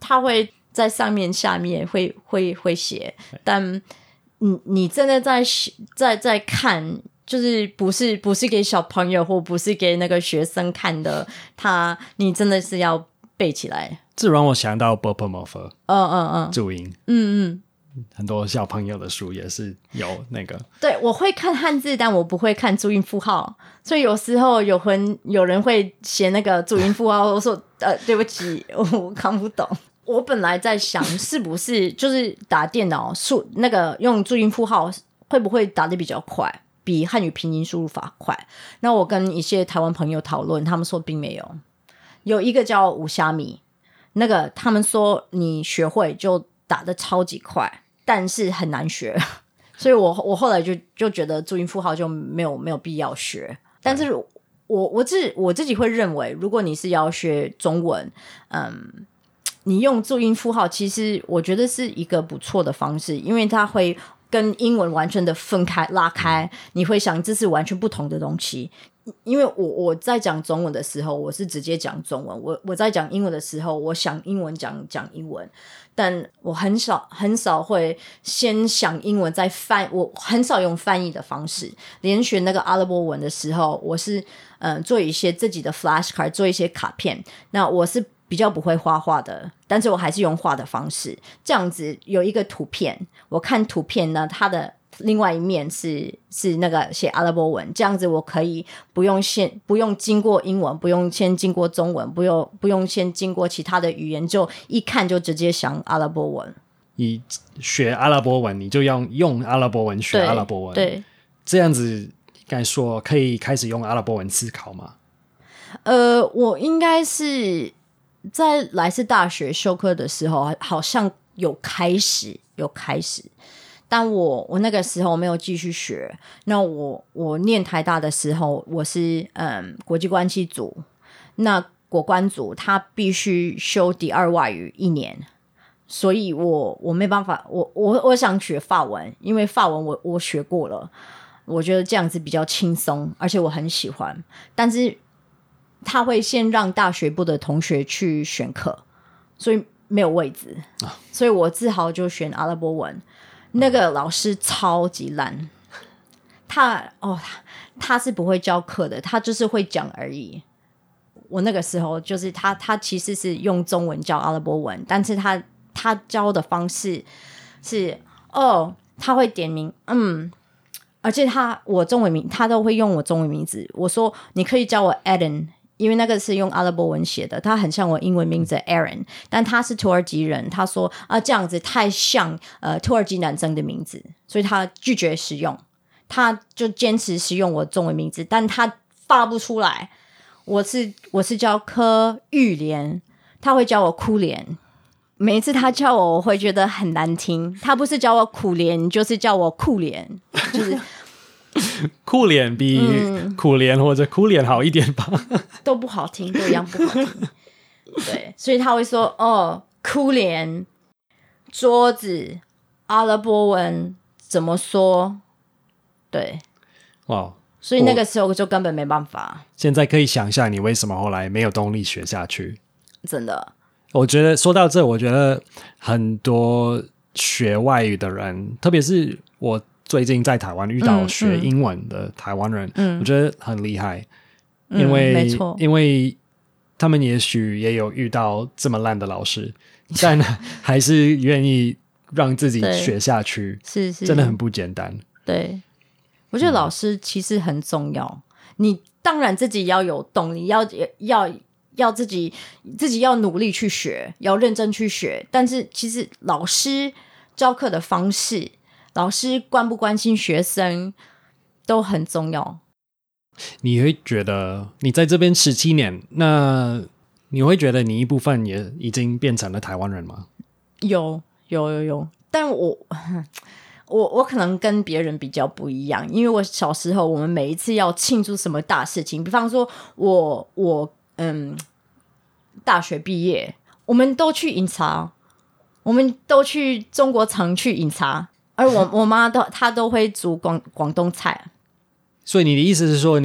他会在上面下面会会会写，但你你真的在在在看，就是不是不是给小朋友或不是给那个学生看的，他你真的是要背起来。 这让我想到 Bopomofo， 嗯嗯嗯， 注音， 嗯嗯。 很多小朋友的书也是有那个， 对，我会看汉字，但我不会看注音符号，所以有时候有人有人会写那个注音符号，我说呃对不起，我看不懂。我本来在想是不是就是打电脑输那个用注音符号会不会打得比较快，比汉语拼音输入法快。那我跟一些台湾朋友讨论，他们说并没有，有一个叫五虾米，那个他们说你学会就打得超级快，但是很难学，所以我我后来就就觉得注音符号就没有没有必要学。但是我我自我自己会认为，如果你是要学中文，嗯，你用注音符号，其实我觉得是一个不错的方式，因为它会跟英文完全的分开拉开，你会想这是完全不同的东西。因为我我在讲中文的时候，我是直接讲中文；我我在讲英文的时候，我想英文讲讲英文。但我很少很少会先想英文再翻，我很少用翻译的方式。连学那个阿拉伯文的时候，我是嗯、呃、做一些自己的 flashcard， 做一些卡片。那我是比较不会画画的，但是我还是用画的方式，这样子有一个图片，我看图片呢，它的另外一面是是那个写阿拉伯文，这样子我可以不用先不用经过英文，不用先经过中文，不用不用先经过其他的语言，就一看就直接想阿拉伯文。 你学阿拉伯文，你就要用阿拉伯文学阿拉伯文， 对， 这样子应该说可以开始用阿拉伯文思考吗？ 呃，我应该是在莱斯大学修课的时候，好像有开始有开始。但我我那个时候没有继续学。那我我念台大的时候，我是嗯国际关系组，那国关组他必须修第二外语一年，所以我我没办法，我我我想学法文，因为法文我我学过了，我觉得这样子比较轻松，而且我很喜欢。但是他会先让大学部的同学去选课，所以没有位置，所以我只好就选阿拉伯文。那个老师超级烂，他哦，他是不会教课的，他就是会讲而已。我那个时候就是他，他其实是用中文教阿拉伯文，但是他他教的方式是哦，他会点名，嗯，而且他我中文名他都会用我中文名字。我说你可以叫我 Eden。因为那个是用阿拉伯文写的，他很像我英文名字 Aaron， 但他是土耳其人，他说啊这样子太像呃土耳其男生的名字，所以他拒绝使用，他就坚持使用我中文名字，但他发不出来。我是我是叫柯玉莲，他会叫我酷莲，每一次他叫我我会觉得很难听，他不是叫我苦莲就是叫我酷莲，就是酷脸比苦脸或者苦脸好一点吧， 都不好听，都一样不好听。对，所以他会说哦，酷脸桌子阿拉伯文怎么说？对， 哇， 所以那个时候就根本没办法。 现在可以想象你为什么后来没有动力学下去。 真的， 我觉得说到这，我觉得很多学外语的人，特别是我最近在台湾遇到学英文的台湾人，嗯嗯、我觉得很厉害， 嗯、 因为、 没错， 因为他们也许也有遇到这么烂的老师，但还是愿意让自己学下去， 是是， 真的很不简单。 对，我觉得老师其实很重要，嗯、你当然自己要有动力，要要要自己自己要努力去学，要认真去学，但是其实老师教课的方式，老师关不关心学生都很重要。 你会觉得你在这边十七年，那你会觉得你一部分也已经变成了台湾人吗？ 有有有有，但我我我可能跟别人比较不一样，因为我小时候我们每一次要庆祝什么大事情，比方说我我嗯大学毕业，我们都去饮茶，我们都去中国城去饮茶。而我我妈都她都会煮广广东菜， 所以你的意思是说你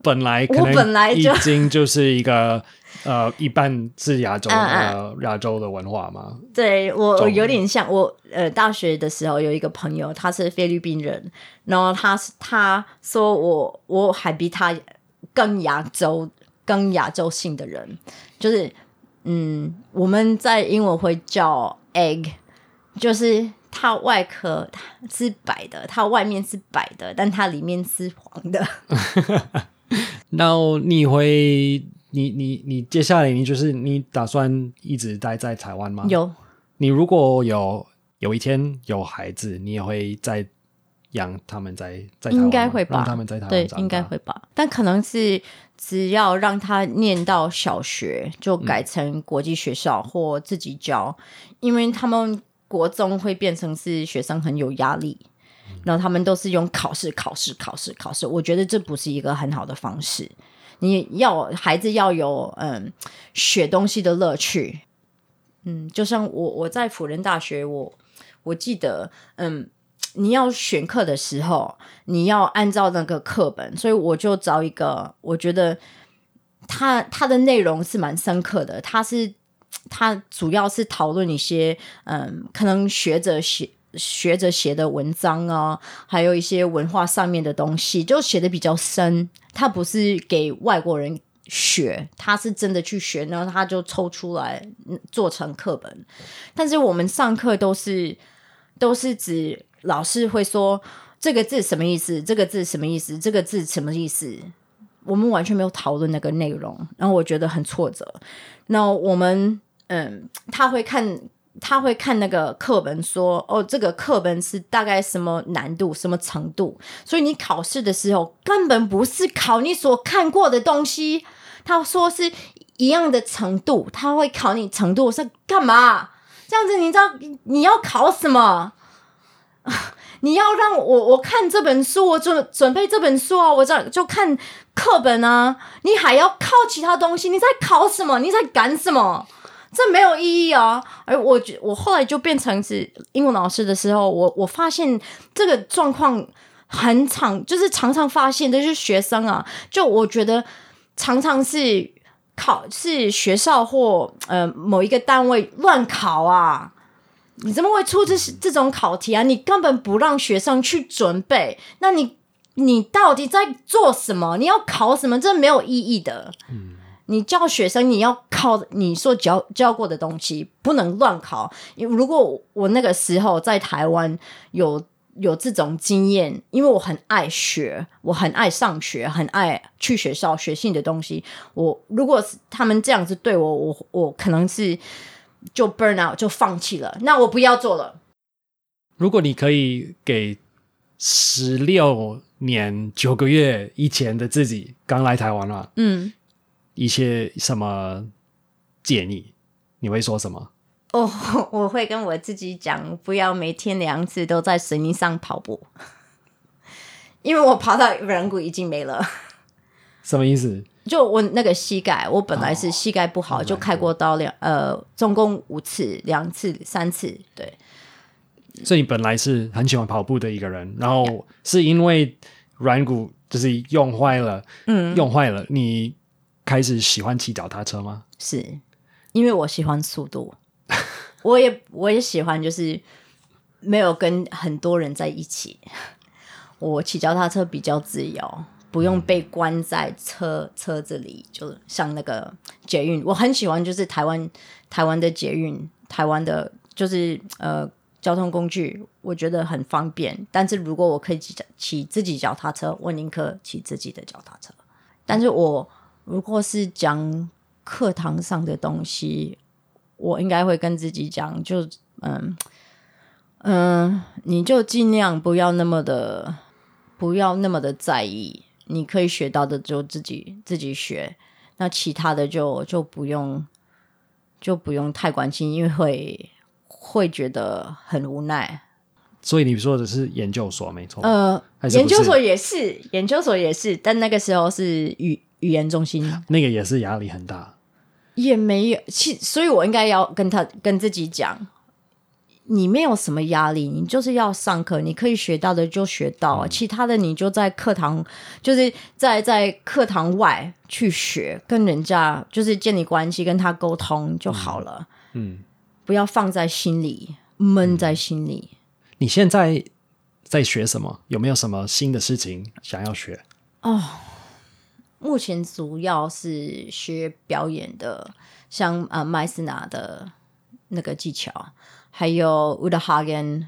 本来可我本来就能已经就是一个呃一半是亚洲的嗯亚洲的文化嘛。 对我中我有点像我呃大学的时候有一个朋友，他是菲律宾人，然后他他说我我还比他更亚洲更亚洲性的人，就是嗯我们在英文会叫 egg， 就是它外壳是白的，它外面是白的，但它里面是黄的。 那你会你你你接下来你就是你打算一直待在台湾吗？ 有， 你如果有有一天有孩子，你也会再养他们在在台湾吗？ 应该会吧， 让他们在台湾对， 长大应该会吧。但可能是只要让他念到小学，就改成国际学校或自己教，嗯、因为他们国中会变成是学生很有压力。然后他们都是用考试考试考试考试，我觉得这不是一个很好的方式。你要孩子要有嗯学东西的乐趣。嗯，就像我我在辅仁大学，我我记得嗯你要选课的时候，你要按照那个课本，所以我就找一个我觉得它它的内容是蛮深刻的，它是它主要是讨论一些嗯可能学者写。学者写的文章啊，还有一些文化上面的东西，就写的比较深。他不是给外国人学，他是真的去学，然后他就抽出来做成课本。但是我们上课都是都是指老师会说这个字什么意思，这个字什么意思，这个字什么意思，我们完全没有讨论那个内容，然后我觉得很挫折。那我们嗯，他会看。他会看那个课本说哦，这个课本是大概什么难度什么程度，所以你考试的时候根本不是考你所看过的东西，他说是一样的程度，他会考你程度是干嘛，这样子你知道你要考什么你要让我我看这本书，我准准备这本书啊，我就就看课本啊，你还要考其他东西，你在考什么，你在干什么，这没有意义啊！而我我后来就变成是英文老师的时候，我我发现这个状况很常，就是常常发现的就是学生啊，就我觉得常常是考是学校或呃某一个单位乱考啊，你怎么会出这这种考题啊？你根本不让学生去准备，那你你到底在做什么？你要考什么？这没有意义的。嗯。你教学生你要考你说教教过的东西，不能乱考。如果我那个时候在台湾有有这种经验，因为我很爱学，我很爱上学，很爱去学校学新的东西，我如果他们这样子对我，我我可能是就 burn out 就放弃了，那我不要做了。 如果你可以给十六年九个月以前的自己刚来台湾了，嗯。一些什么建议你会说什么？ 哦、oh, 我会跟我自己讲，不要每天两次都在水泥上跑步因为我跑到软骨已经没了。 什么意思？ 就我那个膝盖，我本来是膝盖不好、oh, 就开过刀两呃，总共五次，两次三次，对。 所以你本来是很喜欢跑步的一个人，然后是因为软骨就是用坏了，嗯，用坏了你开始喜欢骑脚踏车吗？ 是因为我喜欢速度我也我也喜欢就是没有跟很多人在一起，我骑脚踏车比较自由，不用被关在车车子里，就像那个捷运，我很喜欢就是台湾台湾的捷运，台湾的就是呃交通工具，我觉得很方便，但是如果我可以骑骑自己脚踏车，我宁可骑自己的脚踏车。但是我如果是讲课堂上的东西，我应该会跟自己讲，就嗯嗯，你就尽量不要那么的不要那么的在意，你可以学到的就自己自己学，那其他的就就不用就不用太关心，因为会会觉得很无奈。 所以你说的是研究所没错？呃， 研究所也是，研究所也是，但那个时候是语语言中心， 那个也是压力很大。 也没有，其所以我应该要跟他跟自己讲， 你没有什么压力，你就是要上课，你可以学到的就学到、嗯、其他的你就在课堂，就是在在课堂外去学，跟人家就是建立关系，跟他沟通就好了。嗯，不要放在心里，闷在心里。嗯、 你现在在学什么？有没有什么新的事情想要学？ 哦，目前主要是学表演的，像呃麦斯纳的那个技巧，还有 Uta Hagen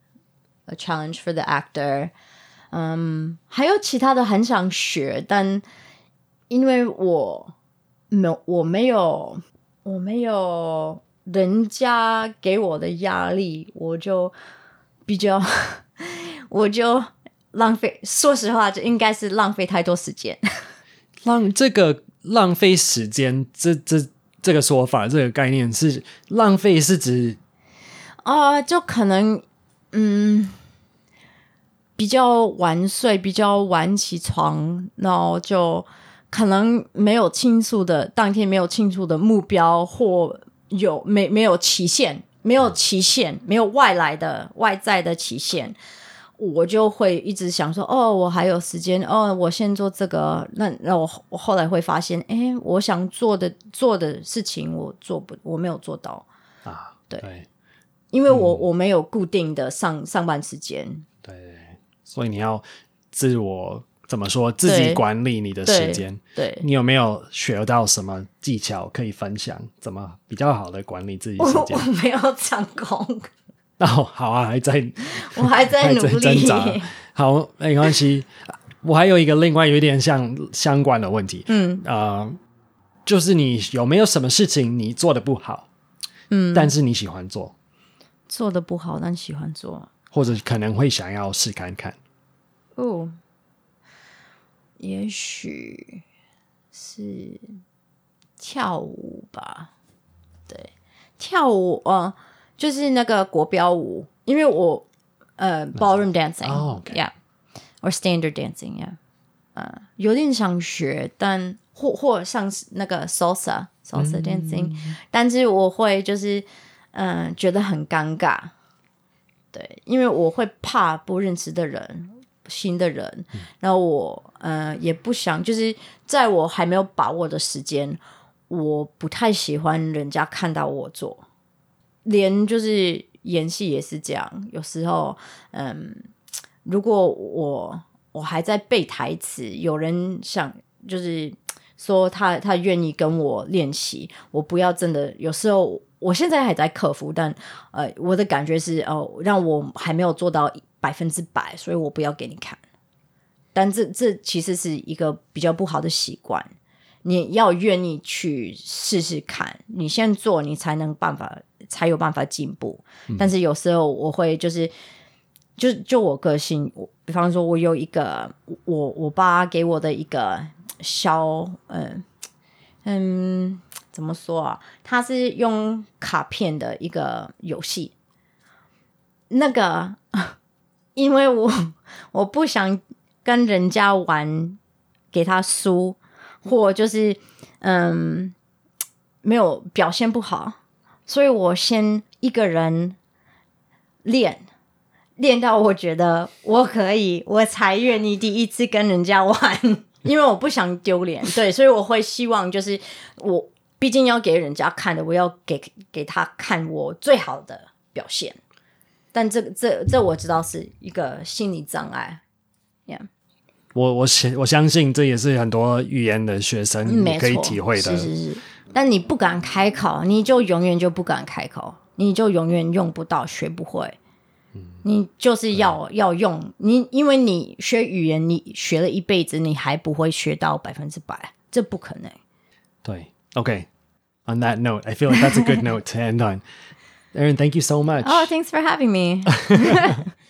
A Challenge for the Actor， 嗯，还有其他的很想学，但因为我没有我没有我没有人家给我的压力，我就比较我就浪费，说实话就应该是浪费太多时间。 浪这个浪费时间，这这这个说法，这个概念是浪费是指啊、呃，就可能嗯比较晚睡，比较晚起床，然后就可能没有清楚的当天没有清楚的目标，或有没没有期限，没有期限，没有外来的外在的期限。我就会一直想说，哦，我还有时间，哦，我先做这个。那那我我后来会发现，哎，我想做的做的事情，我做不，我没有做到啊。 对， 对因为我、嗯、我没有固定的上上班时间。 对，所以你要自我怎么说，自己管理你的时间。 对，对你有没有学到什么技巧可以分享？怎么比较好的管理自己时间？ 我, 我没有成功。 哦，好啊，还在， 我还在努力挣扎。好，没关系。我还有一个另外有点像相关的问题，嗯，呃，就是你有没有什么事情你做的不好，嗯，但是你喜欢做， 做的不好但喜欢做， 或者可能会想要试看看。 哦，也许是跳舞吧。对，跳舞啊。呃就是那个国标舞，因为我呃 ballroom dancing， oh, okay. yeah， or standard dancing， yeah， 呃，有点想学，但或或像那个 salsa salsa dancing，、嗯、但是我会就是嗯、呃、觉得很尴尬，对，因为我会怕不认识的人，新的人，嗯、然后我呃也不想，就是在我还没有把握的时间，我不太喜欢人家看到我做。连就是演戏也是这样，有时候嗯，如果我我还在背台词，有人想就是说他他愿意跟我练习，我不要真的，有时候我现在还在克服，但呃我的感觉是哦，让我还没有做到百分之百，所以我不要给你看。但这这其实是一个比较不好的习惯，你要愿意去试试看，你先做，你才能办法。才有办法进步、嗯、但是有时候我会就是就就我个性，我比方说我有一个我我爸给我的一个小嗯嗯怎么说啊，他是用卡片的一个游戏，那个因为我我不想跟人家玩给他输，或就是嗯没有表现不好，所以我先一个人练，练到我觉得我可以，我才愿意第一次跟人家玩，因为我不想丢脸。对，所以我会希望就是我毕竟要给人家看的，我要给给他看我最好的表现。但这这这我知道是一个心理障碍。Yeah， 我我我相信这也是很多语言的学生可以体会的。 是是是。但你不敢开口，你就永远就不敢开口，你就永远用不到，学不会。嗯、你就是要、嗯、要用你，因为你学语言，你学了一辈子，你还不会学到百分之百，这不可能。 对 ，OK. On that note, I feel like that's a good note to end on. Erin, thank you so much. Oh, thanks for having me.